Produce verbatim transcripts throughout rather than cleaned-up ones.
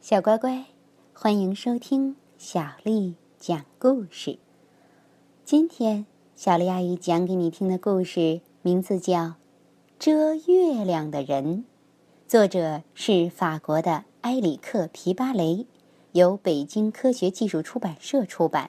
小乖乖，欢迎收听小丽讲故事。今天小丽阿姨讲给你听的故事名字叫《遮月亮的人》，作者是法国的埃里克·皮巴雷，由北京科学技术出版社出版。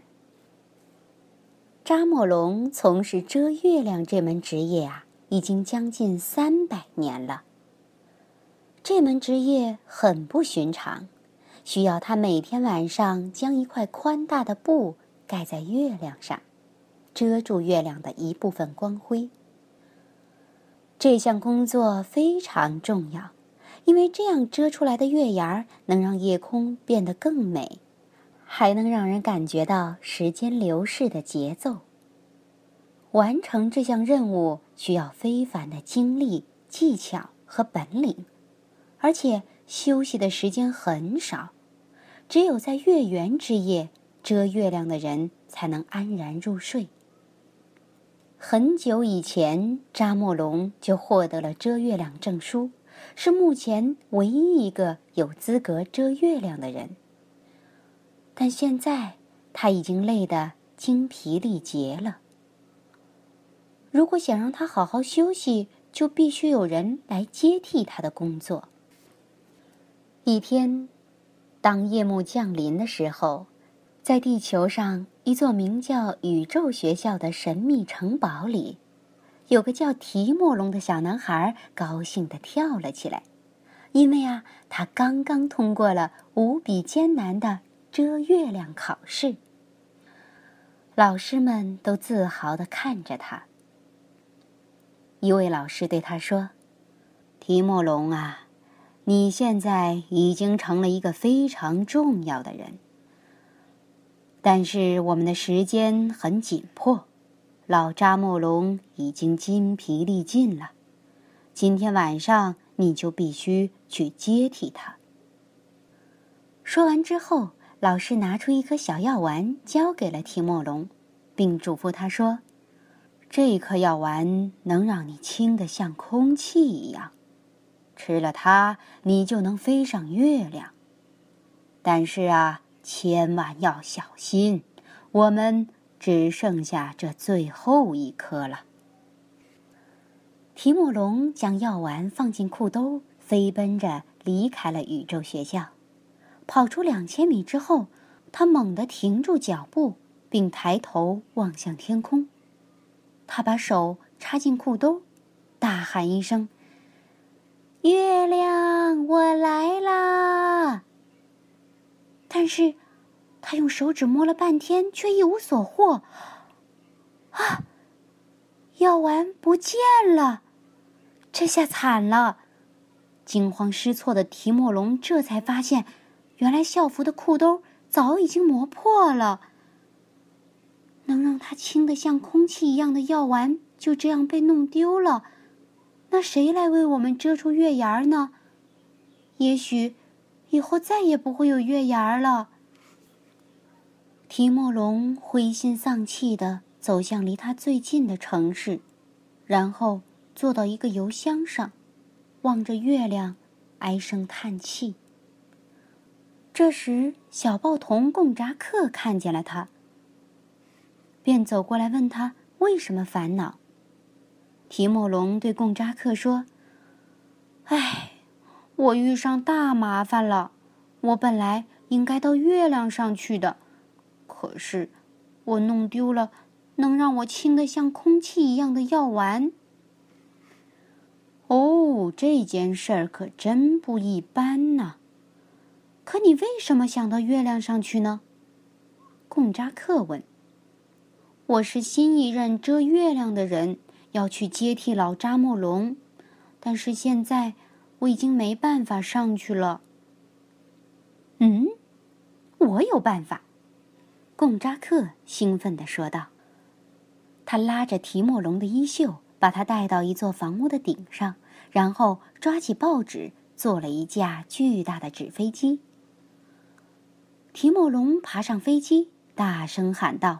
扎莫龙从事遮月亮这门职业啊，已经将近三百年了。这门职业很不寻常，需要他每天晚上将一块宽大的布盖在月亮上，遮住月亮的一部分光辉。这项工作非常重要，因为这样遮出来的月牙儿能让夜空变得更美，还能让人感觉到时间流逝的节奏。完成这项任务需要非凡的精力、技巧和本领，而且休息的时间很少，只有在月圆之夜，遮月亮的人才能安然入睡。很久以前，扎莫龙就获得了遮月亮证书，是目前唯一一个有资格遮月亮的人。但现在他已经累得精疲力竭了。如果想让他好好休息，就必须有人来接替他的工作。一天，当夜幕降临的时候，在地球上一座名叫宇宙学校的神秘城堡里，有个叫提莫龙的小男孩高兴地跳了起来，因为啊，他刚刚通过了无比艰难的遮月亮考试。老师们都自豪地看着他。一位老师对他说：“提莫龙啊，你现在已经成了一个非常重要的人。但是我们的时间很紧迫，老扎莫龙已经筋疲力尽了。今天晚上你就必须去接替他。”说完之后，老师拿出一颗小药丸交给了提莫龙，并嘱咐他说：“这颗药丸能让你轻得像空气一样，吃了它，你就能飞上月亮。但是啊，千万要小心，我们只剩下这最后一颗了。”提莫龙将药丸放进裤兜，飞奔着离开了宇宙学校。跑出两千米之后，他猛地停住脚步，并抬头望向天空。他把手插进裤兜，大喊一声：“月亮，我来啦！”但是他用手指摸了半天，却一无所获。啊！药丸不见了！这下惨了！惊慌失措的提莫龙这才发现，原来校服的裤兜早已经磨破了。能让他轻得像空气一样的药丸就这样被弄丢了，那谁来为我们遮住月牙呢？也许以后再也不会有月牙了。提莫龙灰心丧气地走向离他最近的城市，然后坐到一个油箱上，望着月亮，唉声叹气。这时，小报童贡扎克看见了他，便走过来问他为什么烦恼。提莫龙对贡扎克说：“唉，我遇上大麻烦了。我本来应该到月亮上去的，可是我弄丢了能让我轻得像空气一样的药丸。”哦，这件事儿可真不一般呢。可你为什么想到月亮上去呢？贡扎克问。我是新一任遮月亮的人，要去接替老扎莫龙，但是现在我已经没办法上去了。嗯，我有办法，贡扎克兴奋地说道。他拉着提莫龙的衣袖，把他带到一座房屋的顶上，然后抓起报纸，做了一架巨大的纸飞机。提莫龙爬上飞机，大声喊道：“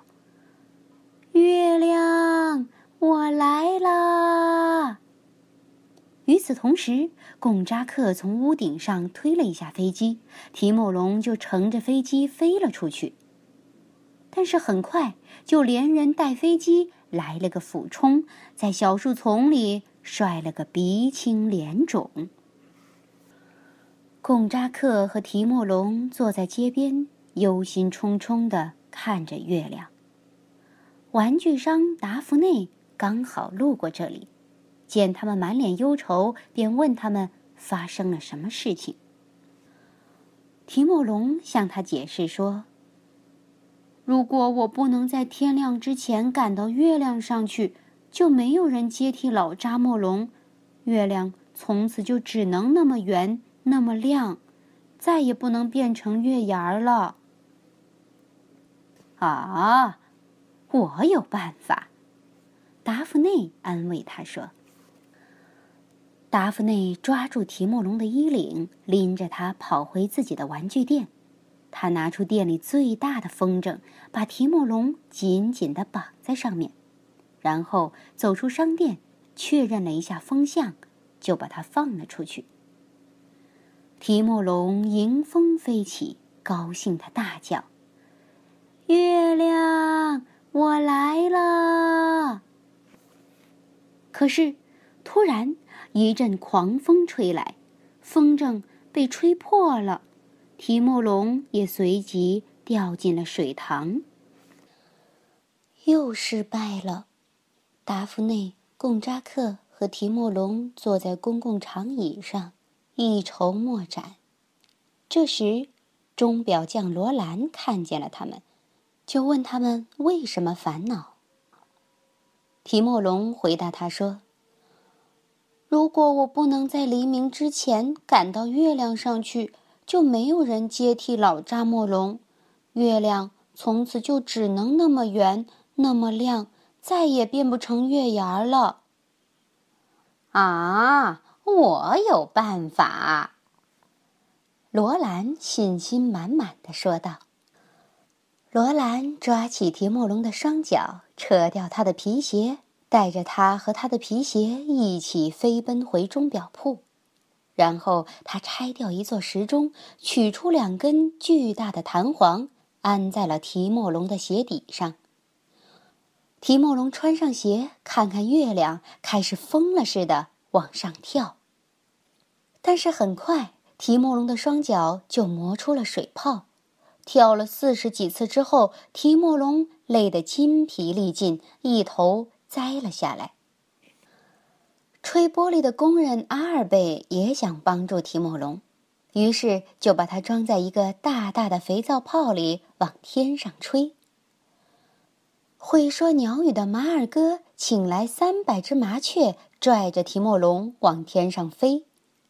月亮，我来啦！” 与此同时，贡扎克从屋顶上推了一下飞机，提莫龙就乘着飞机飞了出去。但是很快就连人带飞机来了个俯冲，在小树丛里摔了个鼻青脸肿。贡扎克和提莫龙坐在街边，忧心忡忡地看着月亮。玩具商达芙内刚好路过这里，见他们满脸忧愁，便问他们发生了什么事情。提莫龙向他解释说，如果我不能在天亮之前赶到月亮上去，就没有人接替老扎莫龙，月亮从此就只能那么圆那么亮，再也不能变成月牙了。啊，我有办法，达芙内安慰他说。达芙内抓住提莫龙的衣领，拎着他跑回自己的玩具店。他拿出店里最大的风筝，把提莫龙紧紧地绑在上面，然后走出商店，确认了一下风向，就把它放了出去。提莫龙迎风飞起，高兴地大叫：“月亮，我来了！”可是，突然一阵狂风吹来，风筝被吹破了，提莫龙也随即掉进了水塘。又失败了。达芙内、贡扎克和提莫龙坐在公共长椅上，一筹莫展。这时，钟表匠罗兰看见了他们，就问他们为什么烦恼。提莫龙回答他说：“如果我不能在黎明之前赶到月亮上去，就没有人接替老扎莫龙，月亮从此就只能那么圆那么亮，再也变不成月牙了。”啊，我有办法！罗兰信心满满地说道。罗兰抓起提莫龙的双脚，扯掉他的皮鞋，带着他和他的皮鞋一起飞奔回钟表铺。然后他拆掉一座时钟，取出两根巨大的弹簧，安在了提莫龙的鞋底上。提莫龙穿上鞋，看看月亮，开始疯了似的往上跳。但是很快，提莫龙的双脚就磨出了水泡。跳了四十几次之后，提莫龙累得筋疲力尽，一头栽了下来。吹玻璃的工人阿尔贝也想帮助提莫龙，于是就把它装在一个大大的肥皂泡里，往天上吹。会说鸟语的马尔哥请来三百只麻雀，拽着提莫龙往天上飞。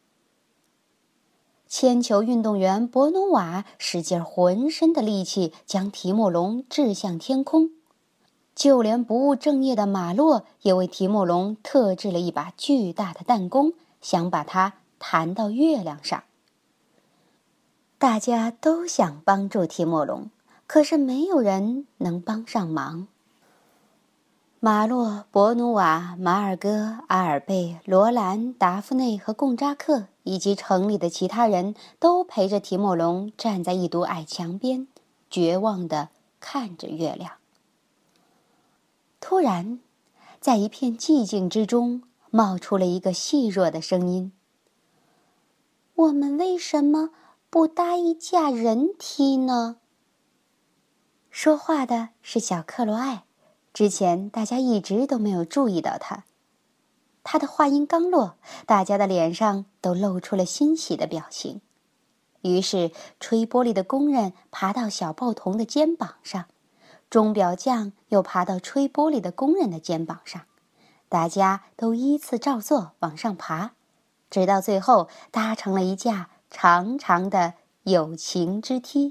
铅球运动员博努瓦使尽浑身的力气将提莫龙掷向天空，就连不务正业的马洛也为提莫龙特制了一把巨大的弹弓，想把它弹到月亮上。大家都想帮助提莫龙，可是没有人能帮上忙。马洛、博努瓦、马尔戈、阿尔贝、罗兰、达芙内和贡扎克以及城里的其他人都陪着提莫龙站在一堵矮墙边，绝望地看着月亮。突然，在一片寂静之中，冒出了一个细弱的声音：“我们为什么不搭一架人梯呢？”说话的是小克罗艾。之前大家一直都没有注意到他。他的话音刚落，大家的脸上都露出了欣喜的表情。于是吹玻璃的工人爬到小报童的肩膀上，钟表匠又爬到吹玻璃的工人的肩膀上，大家都依次照做往上爬，直到最后搭成了一架长长的友情之梯。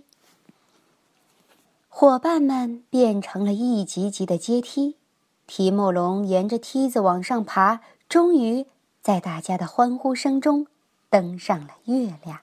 伙伴们变成了一级级的阶梯，提莫龙沿着梯子往上爬，终于在大家的欢呼声中登上了月亮。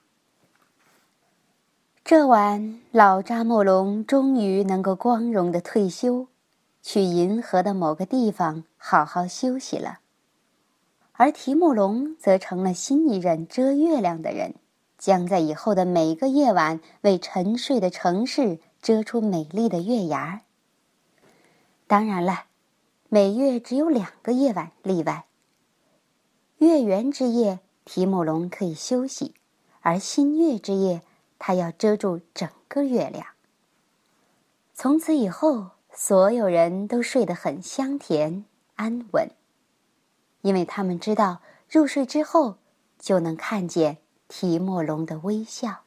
这晚，老扎莫龙终于能够光荣地退休，去银河的某个地方好好休息了。 而提莫龙则成了新一任遮月亮的人，将在以后的每个夜晚为沉睡的城市遮出美丽的月牙儿。当然了，每月只有两个夜晚例外。月圆之夜，提莫龙可以休息，而新月之夜，他要遮住整个月亮。从此以后，所有人都睡得很香甜安稳，因为他们知道入睡之后就能看见提莫龙的微笑。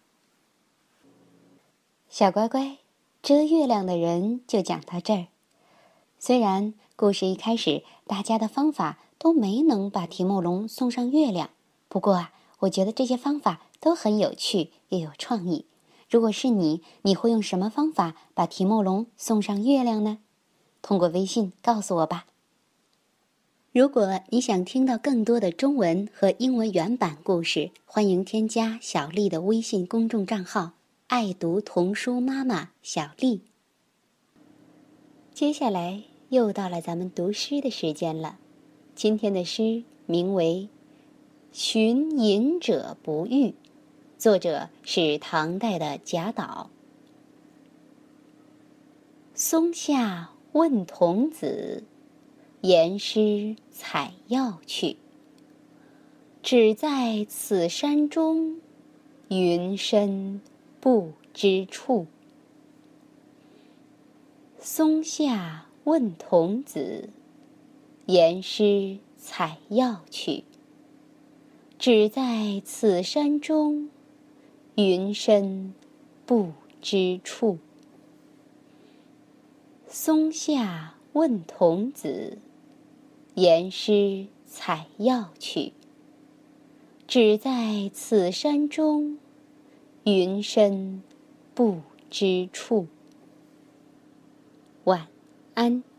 小乖乖，遮月亮的人就讲到这儿。虽然故事一开始大家的方法都没能把提莫龙送上月亮，不过啊，我觉得这些方法都很有趣又有创意。如果是你，你会用什么方法把提莫龙送上月亮呢？通过微信告诉我吧。如果你想听到更多的中文和英文原版故事，欢迎添加小丽的微信公众账号爱读童书妈妈小丽。接下来又到了咱们读诗的时间了。今天的诗名为《寻隐者不遇》，作者是唐代的贾岛。松下问童子，言师采药去。只在此山中，云深不知处。松下问童子，言师采药去。只在此山中，云深不知处。松下问童子，言师采药去。只在此山中，云深不知处。晚安。